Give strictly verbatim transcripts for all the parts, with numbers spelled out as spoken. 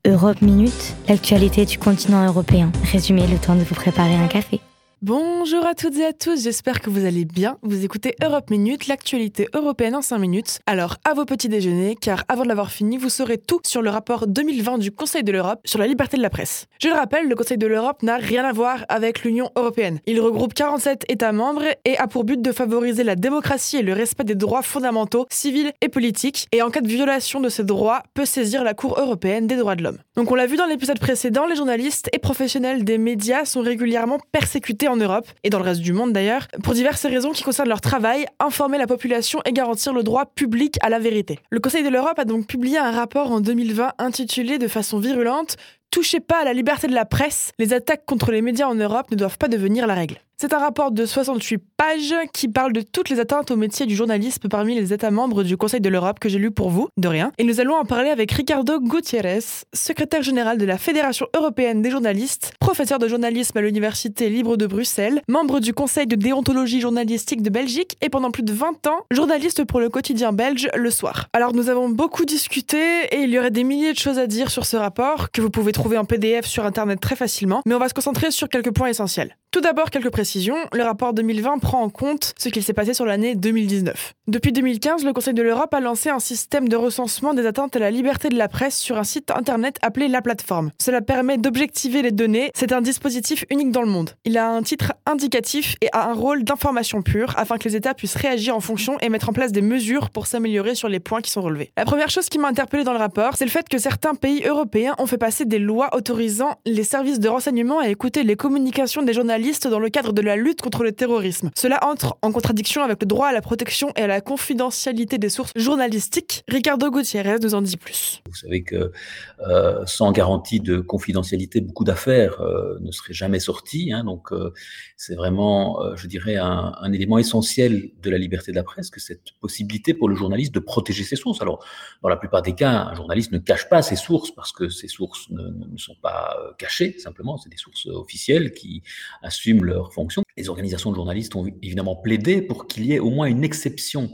Europe Minute, l'actualité du continent européen. Résumé, le temps de vous préparer un café. Bonjour à toutes et à tous, j'espère que vous allez bien. Vous écoutez Europe Minute, l'actualité européenne en cinq minutes. Alors, à vos petits déjeuners, car avant de l'avoir fini, vous saurez tout sur le rapport deux mille vingt du Conseil de l'Europe sur la liberté de la presse. Je le rappelle, le Conseil de l'Europe n'a rien à voir avec l'Union européenne. Il regroupe quarante-sept États membres et a pour but de favoriser la démocratie et le respect des droits fondamentaux, civils et politiques. Et en cas de violation de ces droits, peut saisir la Cour européenne des droits de l'homme. Donc on l'a vu dans l'épisode précédent, les journalistes et professionnels des médias sont régulièrement persécutés en Europe, et dans le reste du monde d'ailleurs, pour diverses raisons qui concernent leur travail, informer la population et garantir le droit public à la vérité. Le Conseil de l'Europe a donc publié un rapport en deux mille vingt intitulé de façon virulente « Touchez pas à la liberté de la presse, les attaques contre les médias en Europe ne doivent pas devenir la règle ». C'est un rapport de soixante-huit pages qui parle de toutes les atteintes au métier du journalisme parmi les États membres du Conseil de l'Europe que j'ai lu pour vous, de rien. Et nous allons en parler avec Ricardo Gutiérrez, secrétaire général de la Fédération européenne des journalistes, professeur de journalisme à l'Université libre de Bruxelles, membre du Conseil de déontologie journalistique de Belgique et pendant plus de vingt ans, journaliste pour le quotidien belge Le Soir. Alors nous avons beaucoup discuté et il y aurait des milliers de choses à dire sur ce rapport que vous pouvez trouver en P D F sur internet très facilement, mais on va se concentrer sur quelques points essentiels. Tout d'abord, quelques précisions. Le rapport deux mille vingt prend en compte ce qu'il s'est passé sur l'année deux mille dix-neuf. Depuis deux mille quinze, le Conseil de l'Europe a lancé un système de recensement des atteintes à la liberté de la presse sur un site internet appelé La Plateforme. Cela permet d'objectiver les données. C'est un dispositif unique dans le monde. Il a un titre indicatif et a un rôle d'information pure afin que les États puissent réagir en fonction et mettre en place des mesures pour s'améliorer sur les points qui sont relevés. La première chose qui m'a interpellée dans le rapport, c'est le fait que certains pays européens ont fait passer des lois autorisant les services de renseignement à écouter les communications des journalistes dans le cadre de la lutte contre le terrorisme. Cela entre en contradiction avec le droit à la protection et à la confidentialité des sources journalistiques. Ricardo Gutiérrez nous en dit plus. Vous savez que euh, sans garantie de confidentialité, beaucoup d'affaires euh, ne seraient jamais sorties. Hein, donc euh, c'est vraiment, euh, je dirais, un, un élément essentiel de la liberté de la presse, que cette possibilité pour le journaliste de protéger ses sources. Alors, dans la plupart des cas, un journaliste ne cache pas ses sources parce que ces sources ne, ne sont pas cachées, simplement, c'est des sources officielles qui assument leur fonction. Les organisations de journalistes ont évidemment plaidé pour qu'il y ait au moins une exception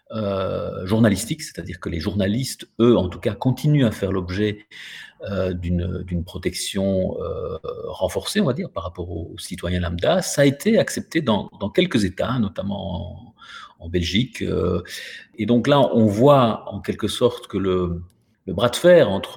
euh, journalistique, c'est-à-dire que les journalistes, eux, en tout cas, continuent à faire l'objet euh, d'une, d'une protection euh, renforcée, on va dire, par rapport aux, aux citoyens lambda. Ça a été accepté dans, dans quelques États, notamment en, en Belgique. Euh, et donc là, on voit en quelque sorte que le Le bras de fer entre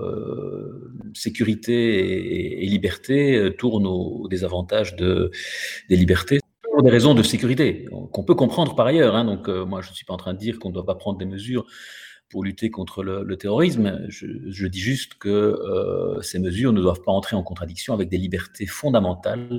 euh, sécurité et, et liberté euh, tourne au, au désavantage de, des libertés pour des raisons de sécurité qu'on peut comprendre par ailleurs. Hein. Donc, euh, moi, je ne suis pas en train de dire qu'on ne doit pas prendre des mesures pour lutter contre le, le terrorisme. Je, je dis juste que euh, ces mesures ne doivent pas entrer en contradiction avec des libertés fondamentales,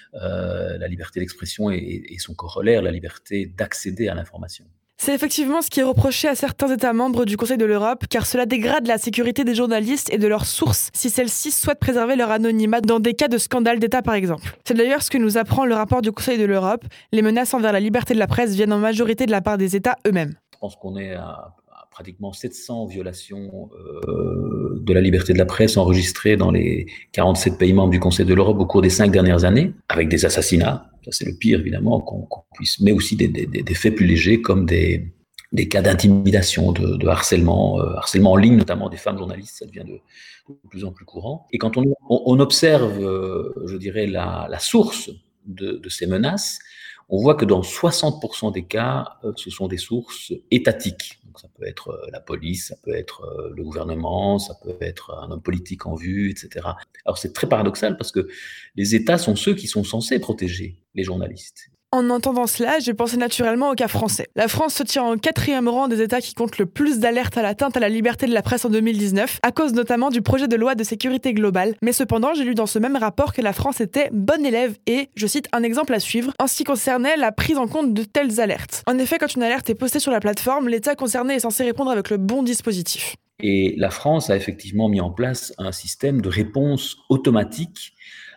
euh, la liberté d'expression et, et son corollaire, la liberté d'accéder à l'information. C'est effectivement ce qui est reproché à certains États membres du Conseil de l'Europe, car cela dégrade la sécurité des journalistes et de leurs sources si celles-ci souhaitent préserver leur anonymat dans des cas de scandale d'État par exemple. C'est d'ailleurs ce que nous apprend le rapport du Conseil de l'Europe. Les menaces envers la liberté de la presse viennent en majorité de la part des États eux-mêmes. Je pense qu'on est à, à pratiquement sept cents violations euh, de la liberté de la presse enregistrées dans les quarante-sept pays membres du Conseil de l'Europe au cours des cinq dernières années, avec des assassinats. Ça, c'est le pire, évidemment, qu'on, qu'on puisse, mais aussi des, des, des faits plus légers comme des, des cas d'intimidation, de, de harcèlement, euh, harcèlement en ligne, notamment des femmes journalistes, ça devient de, de plus en plus courant. Et quand on, on, on observe, euh, je dirais, la, la source de, de ces menaces, on voit que dans soixante pour cent des cas, euh, ce sont des sources étatiques. Donc, ça peut être euh, la police, ça peut être euh, le gouvernement, ça peut être un homme politique en vue, et cetera. Alors, c'est très paradoxal parce que les États sont ceux qui sont censés protéger les journalistes. En entendant cela, j'ai pensé naturellement au cas français. La France se tient en quatrième rang des États qui comptent le plus d'alertes à l'atteinte à la liberté de la presse en deux mille dix-neuf, à cause notamment du projet de loi de sécurité globale. Mais cependant, j'ai lu dans ce même rapport que la France était bonne élève et, je cite, un exemple à suivre, en ce qui concernait la prise en compte de telles alertes. En effet, quand une alerte est postée sur la plateforme, l'État concerné est censé répondre avec le bon dispositif. Et la France a effectivement mis en place un système de réponse automatique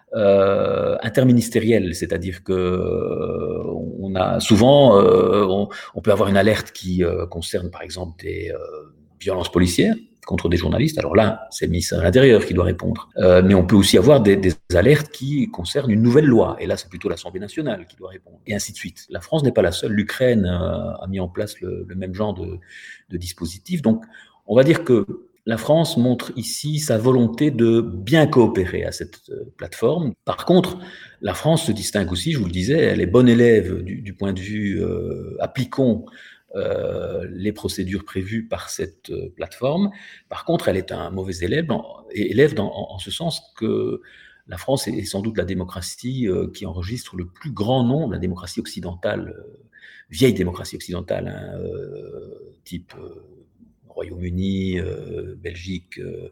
Euh, interministériel, c'est-à-dire que euh, on a souvent, euh, on, on peut avoir une alerte qui euh, concerne par exemple des euh, violences policières contre des journalistes. Alors là, c'est le ministère de l'Intérieur qui doit répondre. Euh, mais on peut aussi avoir des, des alertes qui concernent une nouvelle loi. Et là, c'est plutôt l'Assemblée nationale qui doit répondre. Et ainsi de suite. La France n'est pas la seule. L'Ukraine euh, a mis en place le, le même genre de, de dispositif. Donc, on va dire que La France montre ici sa volonté de bien coopérer à cette plateforme. Par contre, la France se distingue aussi, je vous le disais, elle est bonne élève du, du point de vue euh, appliquons euh, les procédures prévues par cette euh, plateforme. Par contre, elle est un mauvais élève, dans, élève dans, en, en ce sens que la France est, est sans doute la démocratie euh, qui enregistre le plus grand nombre, la démocratie occidentale, euh, vieille démocratie occidentale, hein, euh, type... Euh, Royaume-Uni, euh, Belgique, euh,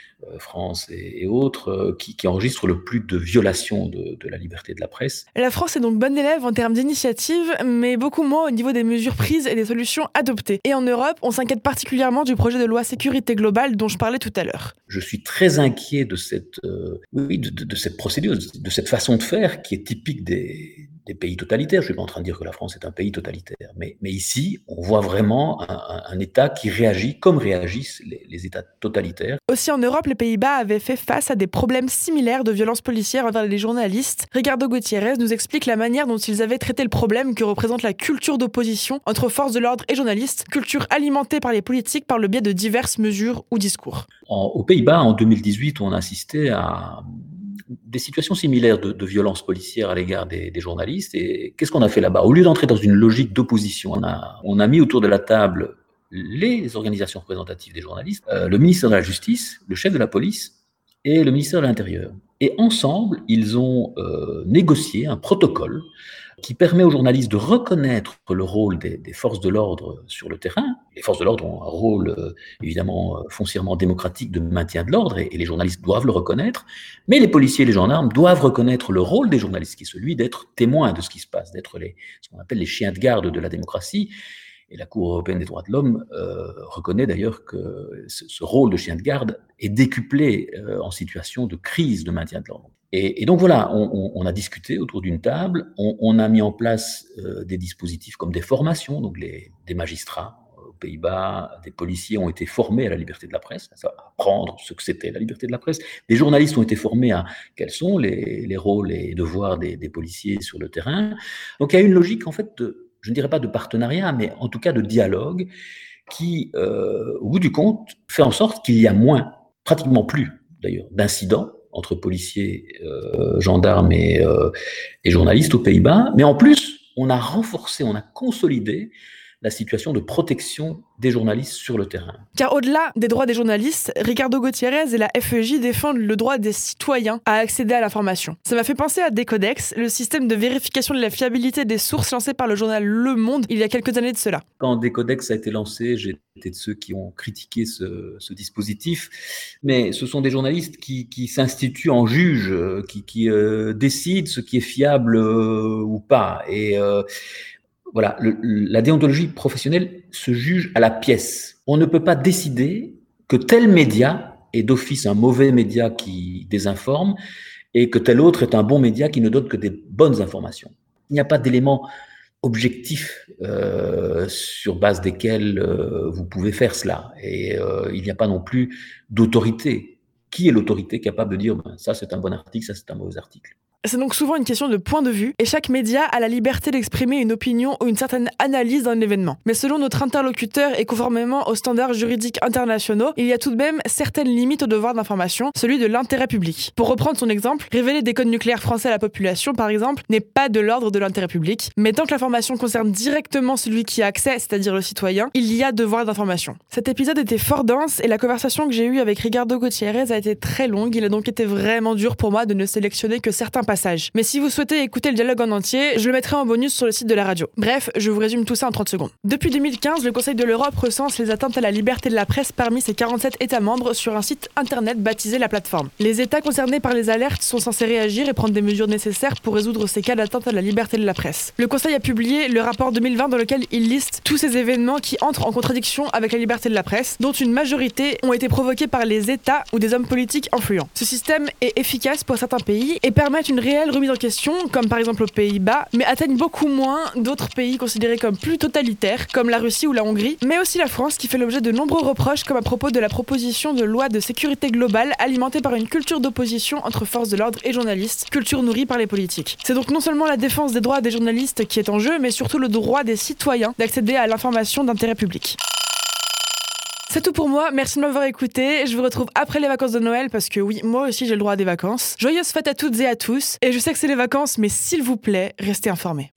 France et, et autres, euh, qui, qui enregistrent le plus de violations de, de la liberté de la presse. La France est donc bonne élève en termes d'initiative, mais beaucoup moins au niveau des mesures prises et des solutions adoptées. Et en Europe, on s'inquiète particulièrement du projet de loi sécurité globale dont je parlais tout à l'heure. Je suis très inquiet de cette, euh, oui, de, de, de cette procédure, de cette façon de faire qui est typique des, des pays totalitaires. Je ne suis pas en train de dire que la France est un pays totalitaire, mais, mais ici, on voit vraiment un, un, un État qui réagit comme réagissent les, les États totalitaires. Aussi en Europe, les Pays-Bas avaient fait face à des problèmes similaires de violences policières envers les journalistes. Ricardo Gutiérrez nous explique la manière dont ils avaient traité le problème que représente la culture d'opposition entre forces de l'ordre et journalistes, culture alimentée par les politiques par le biais de diverses mesures ou discours. En, aux Pays-Bas, en deux mille dix-huit, on assistait à des situations similaires de, de violences policières à l'égard des, des journalistes. Et qu'est-ce qu'on a fait là-bas? Au lieu d'entrer dans une logique d'opposition, on a, on a mis autour de la table les organisations représentatives des journalistes, euh, le ministère de la Justice, le chef de la police et le ministère de l'Intérieur. Et ensemble, ils ont euh, négocié un protocole qui permet aux journalistes de reconnaître le rôle des, des forces de l'ordre sur le terrain. Les forces de l'ordre ont un rôle euh, évidemment euh, foncièrement démocratique de maintien de l'ordre et, et les journalistes doivent le reconnaître, mais les policiers et les gendarmes doivent reconnaître le rôle des journalistes qui est celui d'être témoins de ce qui se passe, d'être les, ce qu'on appelle les chiens de garde de la démocratie. Et la Cour européenne des droits de l'homme euh, reconnaît d'ailleurs que ce, ce rôle de chien de garde est décuplé euh, en situation de crise de maintien de l'ordre. Et, et donc voilà, on, on, on a discuté autour d'une table, on, on a mis en place euh, des dispositifs comme des formations, donc les, des magistrats aux Pays-Bas, des policiers ont été formés à la liberté de la presse, à apprendre ce que c'était la liberté de la presse. Des journalistes ont été formés à quels sont les, les rôles et devoirs des, des policiers sur le terrain. Donc il y a une logique en fait de, je ne dirais pas de partenariat, mais en tout cas de dialogue, qui, euh, au bout du compte, fait en sorte qu'il y a moins, pratiquement plus d'ailleurs, d'incidents entre policiers, euh, gendarmes et, euh, et journalistes aux Pays-Bas. Mais en plus, on a renforcé, on a consolidé la situation de protection des journalistes sur le terrain. Car au-delà des droits des journalistes, Ricardo Gutiérrez et la F E J défendent le droit des citoyens à accéder à l'information. Ça m'a fait penser à Decodex, le système de vérification de la fiabilité des sources lancé par le journal Le Monde il y a quelques années de cela. Quand Decodex a été lancé, j'étais de ceux qui ont critiqué ce, ce dispositif, mais ce sont des journalistes qui, qui s'instituent en juges, qui, qui euh, décident ce qui est fiable euh, ou pas. Et euh, Voilà, le, la déontologie professionnelle se juge à la pièce. On ne peut pas décider que tel média est d'office un mauvais média qui désinforme et que tel autre est un bon média qui ne donne que des bonnes informations. Il n'y a pas d'éléments objectifs euh, sur base desquels euh, vous pouvez faire cela. Et euh, il n'y a pas non plus d'autorité. Qui est l'autorité capable de dire ben, ça c'est un bon article, ça c'est un mauvais article? C'est donc souvent une question de point de vue, et chaque média a la liberté d'exprimer une opinion ou une certaine analyse d'un événement. Mais selon notre interlocuteur et conformément aux standards juridiques internationaux, il y a tout de même certaines limites au devoir d'information, celui de l'intérêt public. Pour reprendre son exemple, révéler des codes nucléaires français à la population, par exemple, n'est pas de l'ordre de l'intérêt public, mais tant que l'information concerne directement celui qui a accès, c'est-à-dire le citoyen, il y a devoir d'information. Cet épisode était fort dense, et la conversation que j'ai eue avec Ricardo Gutiérrez a été très longue, il a donc été vraiment dur pour moi de ne sélectionner que certains passages. Mais si vous souhaitez écouter le dialogue en entier, je le mettrai en bonus sur le site de la radio. Bref, je vous résume tout ça en trente secondes. Depuis deux mille quinze, le Conseil de l'Europe recense les atteintes à la liberté de la presse parmi ses quarante-sept États membres sur un site internet baptisé La Plateforme. Les États concernés par les alertes sont censés réagir et prendre des mesures nécessaires pour résoudre ces cas d'atteinte à la liberté de la presse. Le Conseil a publié le rapport deux mille vingt dans lequel il liste tous ces événements qui entrent en contradiction avec la liberté de la presse, dont une majorité ont été provoqués par les États ou des hommes politiques influents. Ce système est efficace pour certains pays et permet une réelle remise en question, comme par exemple aux Pays-Bas, mais atteignent beaucoup moins d'autres pays considérés comme plus totalitaires, comme la Russie ou la Hongrie, mais aussi la France qui fait l'objet de nombreux reproches, comme à propos de la proposition de loi de sécurité globale alimentée par une culture d'opposition entre forces de l'ordre et journalistes, culture nourrie par les politiques. C'est donc non seulement la défense des droits des journalistes qui est en jeu, mais surtout le droit des citoyens d'accéder à l'information d'intérêt public. C'est tout pour moi, merci de m'avoir écouté. Je vous retrouve après les vacances de Noël parce que oui, moi aussi j'ai le droit à des vacances. Joyeuses fêtes à toutes et à tous. Et je sais que c'est les vacances, mais s'il vous plaît, restez informés.